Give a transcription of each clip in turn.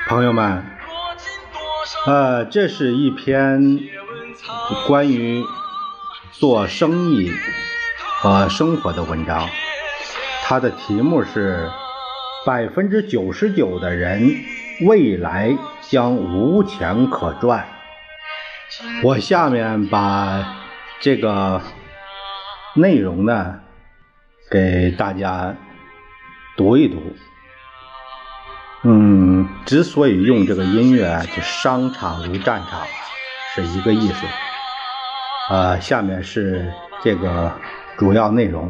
朋友们，这是一篇关于做生意和生活的文章，它的题目是99%的人未来将无钱可赚。我下面把这个内容呢给大家读一读。之所以用这个音乐，就商场如战场是一个意思。下面是这个主要内容。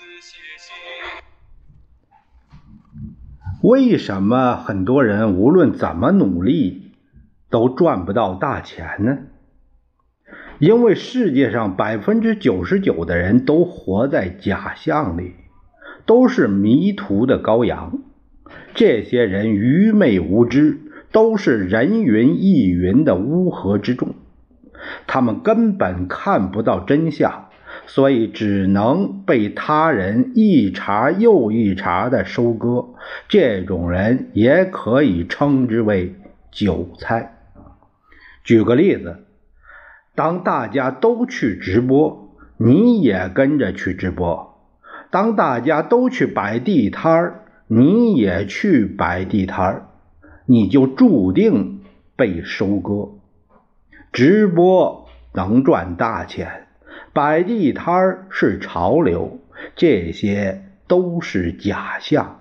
为什么很多人无论怎么努力都赚不到大钱呢？因为世界上99%的人都活在假象里，都是迷途的羔羊。这些人愚昧无知，都是人云亦云的乌合之众，他们根本看不到真相，所以只能被他人一茬又一茬的收割。这种人也可以称之为韭菜。举个例子，当大家都去直播，你也跟着去直播；当大家都去摆地摊，你也去摆地摊，你就注定被收割。直播能赚大钱，摆地摊是潮流，这些都是假象。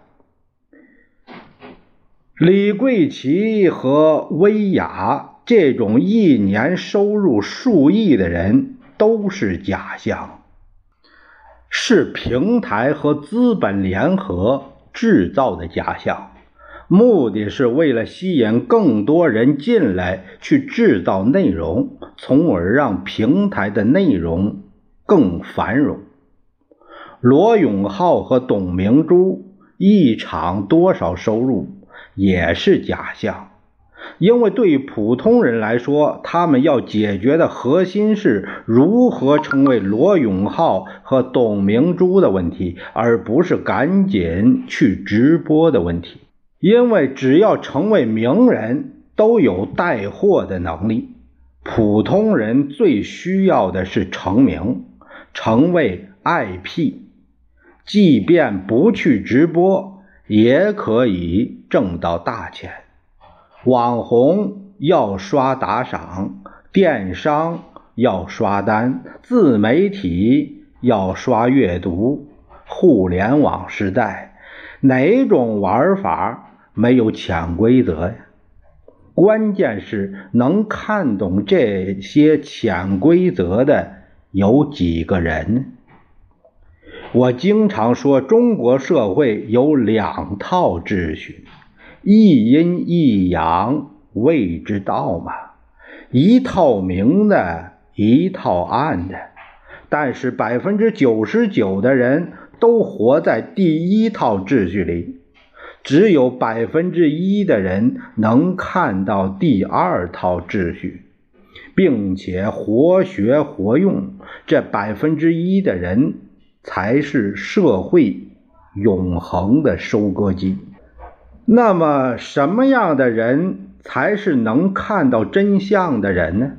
李桂琦和薇娅这种一年收入数亿的人都是假象，是平台和资本联合制造的假象，目的是为了吸引更多人进来去制造内容，从而让平台的内容更繁荣。罗永浩和董明珠一场多少收入也是假象，因为对于普通人来说，他们要解决的核心是如何成为罗永浩和董明珠的问题，而不是赶紧去直播的问题。因为只要成为名人，都有带货的能力，普通人最需要的是成名，成为 IP， 即便不去直播也可以挣到大钱。网红要刷打赏，电商要刷单，自媒体要刷阅读，互联网时代哪种玩法没有潜规则呀？关键是能看懂这些潜规则的有几个人？我经常说，中国社会有两套秩序，一阴一阳谓之道嘛，一套明的，一套暗的。但是99%的人都活在第一套秩序里，只有1%的人能看到第二套秩序，并且活学活用。这1%的人才是社会永恒的收割机。那么什么样的人才是能看到真相的人呢？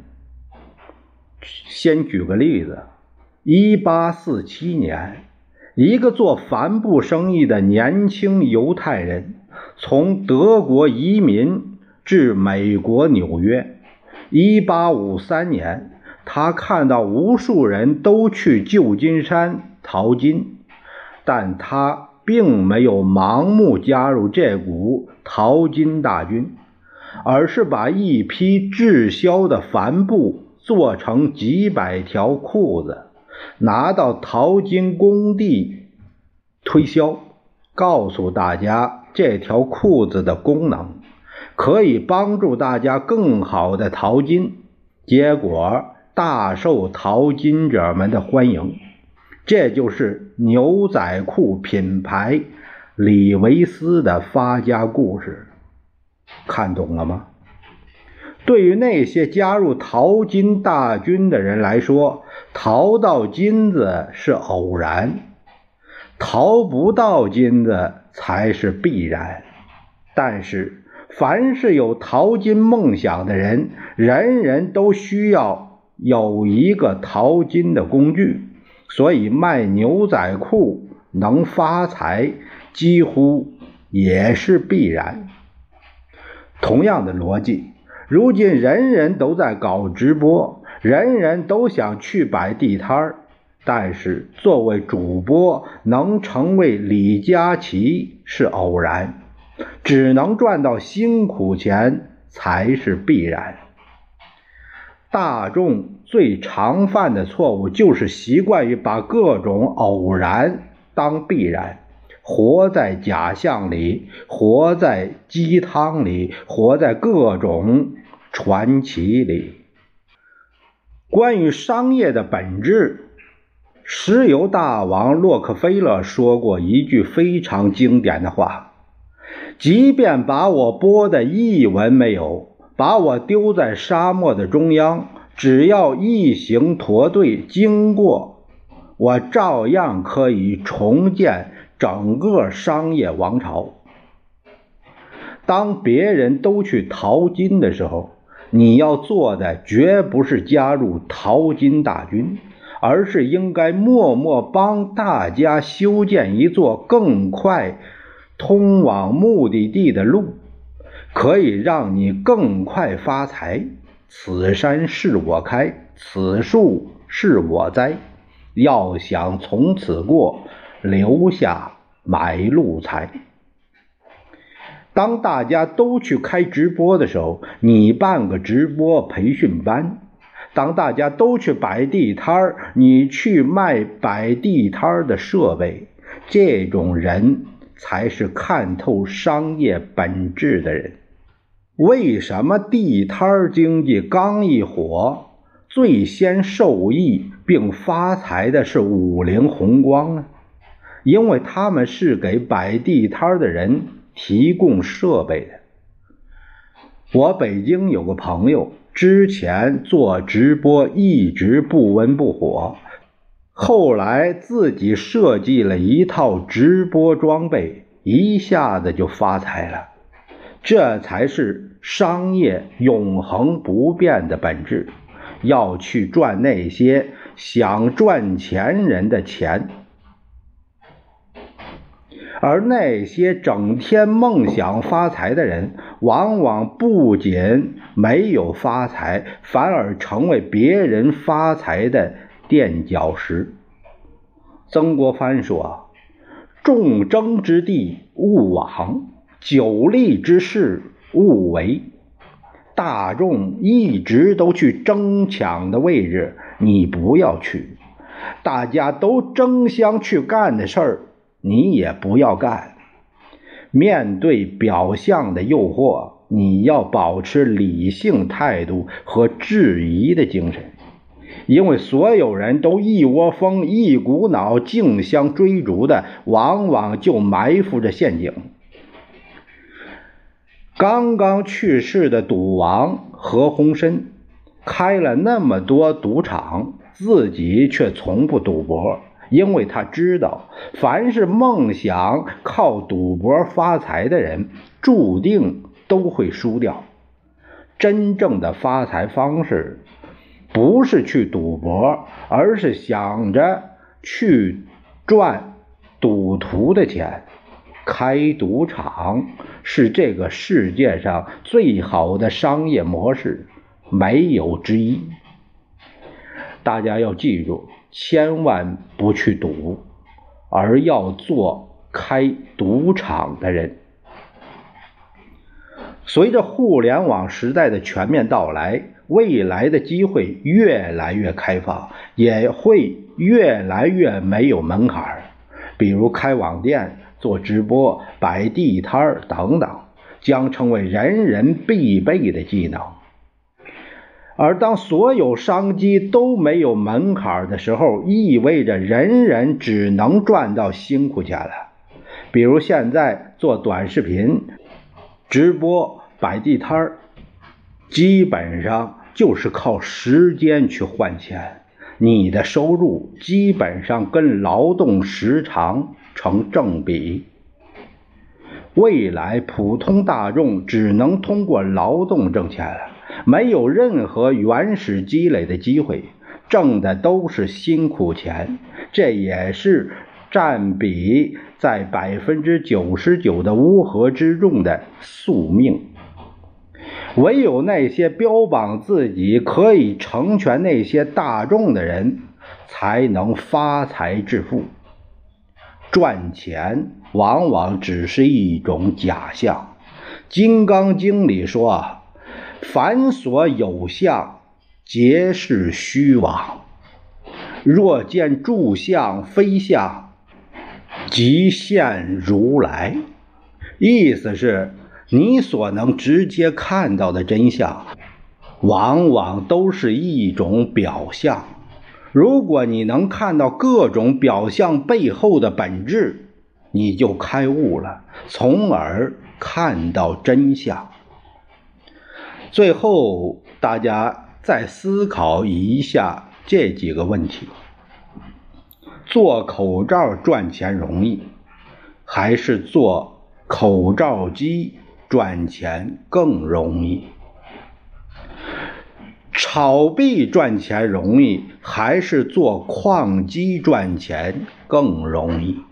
先举个例子，1847年，一个做帆布生意的年轻犹太人从德国移民至美国纽约。1853年，他看到无数人都去旧金山淘金，但他并没有盲目加入这股淘金大军，而是把一批滞销的帆布做成几百条裤子，拿到淘金工地推销，告诉大家这条裤子的功能，可以帮助大家更好的淘金。结果大受淘金者们的欢迎。这就是牛仔裤品牌李维斯的发家故事，看懂了吗？对于那些加入淘金大军的人来说，淘到金子是偶然，淘不到金子才是必然。但是凡是有淘金梦想的人，人人都需要有一个淘金的工具，所以卖牛仔裤能发财几乎也是必然。同样的逻辑，如今人人都在搞直播，人人都想去摆地摊，但是作为主播能成为李佳琦是偶然，只能赚到辛苦钱才是必然。大众最常犯的错误就是习惯于把各种偶然当必然，活在假象里，活在鸡汤里，活在各种传奇里。关于商业的本质，石油大王洛克菲勒说过一句非常经典的话：即便把我剥得一文没有，把我丢在沙漠的中央，只要一行驼队经过，我照样可以重建整个商业王朝。当别人都去淘金的时候，你要做的绝不是加入淘金大军，而是应该默默帮大家修建一座更快通往目的地的路，可以让你更快发财。此山是我开，此树是我栽，要想从此过，留下买路财。当大家都去开直播的时候，你办个直播培训班；当大家都去摆地摊，你去卖摆地摊的设备。这种人才是看透商业本质的人。为什么地摊经济刚一火，最先受益并发财的是五菱宏光呢？因为他们是给摆地摊的人提供设备的。我北京有个朋友，之前做直播一直不温不火，后来自己设计了一套直播装备，一下子就发财了。这才是商业永恒不变的本质，要去赚那些想赚钱人的钱。而那些整天梦想发财的人，往往不仅没有发财，反而成为别人发财的垫脚石。曾国藩说：众争之地勿往，久利之事勿为。大众一直都去争抢的位置，你不要去；大家都争相去干的事儿，你也不要干。面对表象的诱惑，你要保持理性态度和质疑的精神，因为所有人都一窝蜂一股脑竞相追逐的，往往就埋伏着陷阱。刚刚去世的赌王何鸿燊开了那么多赌场，自己却从不赌博，因为他知道，凡是梦想靠赌博发财的人，注定都会输掉。真正的发财方式不是去赌博，而是想着去赚赌徒的钱。开赌场是这个世界上最好的商业模式，没有之一。大家要记住，千万不去赌，而要做开赌场的人。随着互联网时代的全面到来，未来的机会越来越开放，也会越来越没有门槛。比如开网店、做直播、摆地摊等等，将成为人人必备的技能。而当所有商机都没有门槛的时候，意味着人人只能赚到辛苦钱了。比如现在做短视频、直播、摆地摊，基本上就是靠时间去换钱，你的收入基本上跟劳动时长成正比。 未来普通大众只能通过劳动挣钱了，没有任何原始积累的机会，挣的都是辛苦钱，这也是占比在99%的乌合之众的宿命。唯有那些标榜自己可以成全那些大众的人，才能发财致富。赚钱往往只是一种假象。金刚经里说，凡所有相，皆是虚妄。若见诸相非相，即现如来。意思是，你所能直接看到的真相，往往都是一种表象。如果你能看到各种表象背后的本质，你就开悟了，从而看到真相。最后，大家再思考一下这几个问题：做口罩赚钱容易，还是做口罩机赚钱更容易？炒币赚钱容易，还是做矿机赚钱更容易？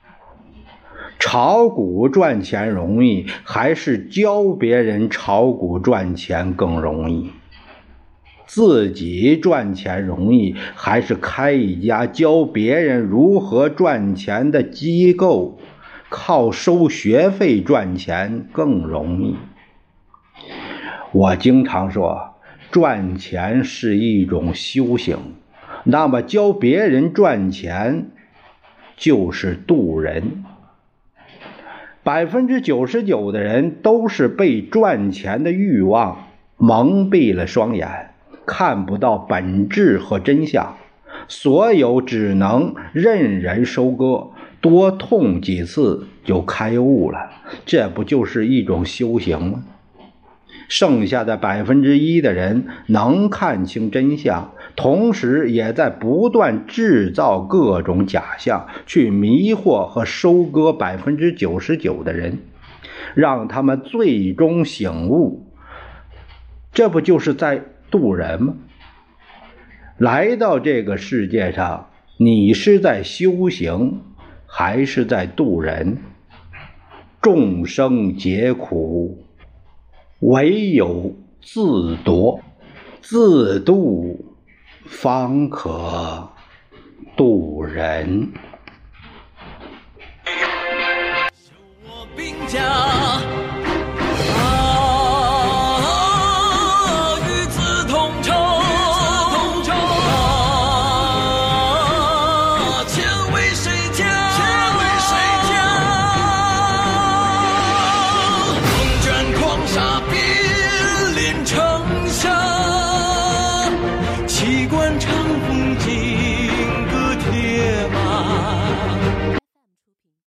炒股赚钱容易，还是教别人炒股赚钱更容易？自己赚钱容易，还是开一家教别人如何赚钱的机构，靠收学费赚钱更容易？我经常说，赚钱是一种修行，那么教别人赚钱就是渡人。99%的人都是被赚钱的欲望蒙蔽了双眼，看不到本质和真相，所有只能任人收割，多痛几次就开悟了，这不就是一种修行吗？剩下的1%的人能看清真相，同时也在不断制造各种假象，去迷惑和收割99%的人，让他们最终醒悟。这不就是在渡人吗？来到这个世界上，你是在修行，还是在渡人？众生皆苦，唯有自度，自度方可渡人。